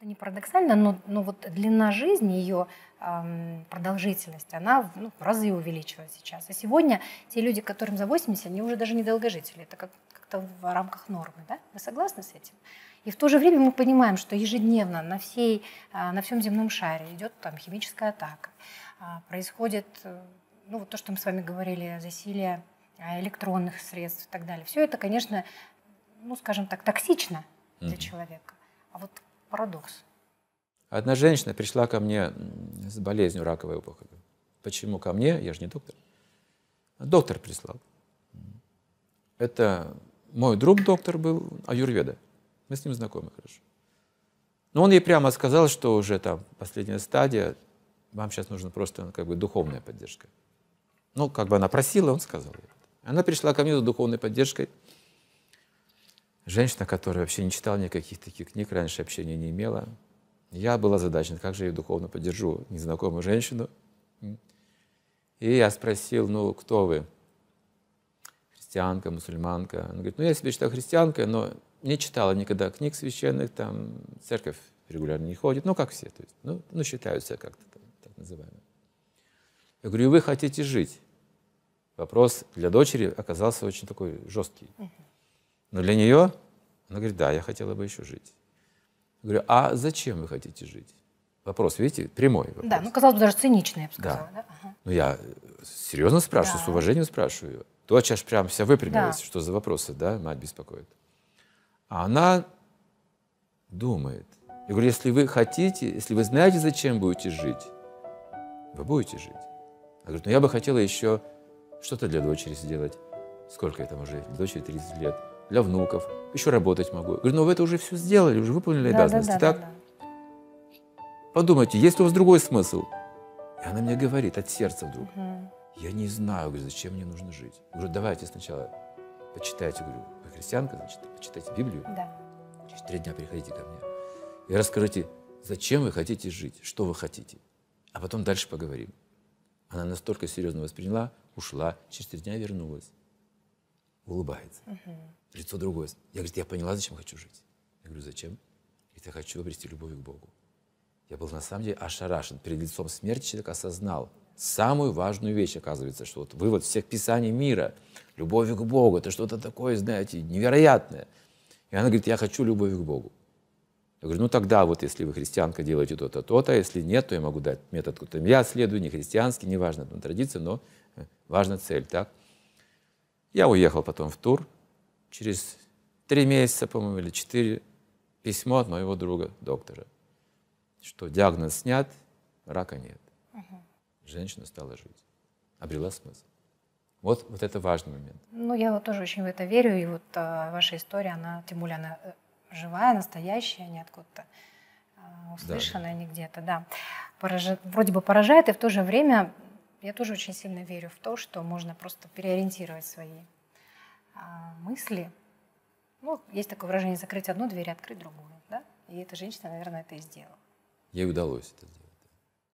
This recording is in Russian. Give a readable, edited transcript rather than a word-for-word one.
Это не парадоксально, но вот длина жизни, ее продолжительность, она в разы увеличивается сейчас. И сегодня те люди, которым за 80, они уже даже не долгожители. Это как-то в рамках нормы. Да? Вы согласны с этим? И в то же время мы понимаем, что ежедневно на всем земном шаре идет там химическая атака. Происходит вот то, что мы с вами говорили, засилие электронных средств и так далее. Все это, конечно, скажем так, токсично для человека. А вот парадокс. Одна женщина пришла ко мне с болезнью раковой опухоли. Почему ко мне? Я же не доктор. Доктор прислал. Это мой друг доктор был, аюрведа. Мы с ним знакомы хорошо. Но он ей прямо сказал, что уже там последняя стадия, вам сейчас нужна просто духовная поддержка. Она просила, он сказал ей. Она пришла ко мне за духовной поддержкой. Женщина, которая вообще не читала никаких таких книг, раньше общения не имела. Я был озадачен, как же я духовно поддержу незнакомую женщину. И я спросил, кто вы? Христианка, мусульманка. Она говорит, я себя считаю христианкой, но не читала никогда книг священных, там, в церковь регулярно не ходит, как все, то есть, считают себя как-то так называемо. Я говорю, вы хотите жить? Вопрос для дочери оказался очень такой жесткий. Но для нее, она говорит, да, я хотела бы еще жить. Я говорю, а зачем вы хотите жить? Вопрос, видите, прямой вопрос. Да, казалось бы, даже циничный, я бы сказала. Да. Да? Ага. Я серьезно спрашиваю, с уважением спрашиваю. Дочь аж прям вся выпрямилась, что за вопросы, да, мать беспокоит. А она думает. Я говорю, если вы хотите, если вы знаете, зачем будете жить, вы будете жить. Она говорит, я бы хотела еще что-то для дочери сделать. Сколько это уже? Для дочери 30 лет. Для внуков. Еще работать могу. Я говорю, вы это уже все сделали, уже выполнили обязанности, так? Да. Подумайте, есть ли у вас другой смысл? И она мне говорит от сердца вдруг. Я не знаю, говорю, зачем мне нужно жить. Я говорю, давайте сначала почитайте, говорю, вы христианка, значит, почитайте Библию. Да. Через 3 дня приходите ко мне. И расскажите, зачем вы хотите жить, что вы хотите. А потом дальше поговорим. Она настолько серьезно восприняла, ушла, через 3 дня вернулась. Улыбается. Лицо другое. Я, говорит, я поняла, зачем хочу жить. Я говорю, зачем? Говорит, я хочу обрести любовь к Богу. Я был на самом деле ошарашен. Перед лицом смерти человек осознал самую важную вещь, оказывается, что вот вывод всех писаний мира, любовь к Богу, это что-то такое, знаете, невероятное. И она говорит, я хочу любовь к Богу. Я говорю, тогда вот если вы христианка, делаете то-то, то-то, а если нет, то я могу дать метод, которым я следую, не христианский, неважно, там традиция, но важна цель, так? Я уехал потом в тур. Через 3 месяца, по-моему, или 4, письмо от моего друга, доктора, что диагноз снят, рака нет. Женщина стала жить, обрела смысл. Вот это важный момент. Я тоже очень в это верю, и ваша история, она, тем более, она живая, настоящая, не откуда-то услышанная, не где-то, да. Вроде бы поражает, и в то же время я тоже очень сильно верю в то, что можно просто переориентировать свои мысли. Есть такое выражение, закрыть одну дверь и открыть другую, да? И эта женщина, наверное, это и сделала. Ей удалось это сделать.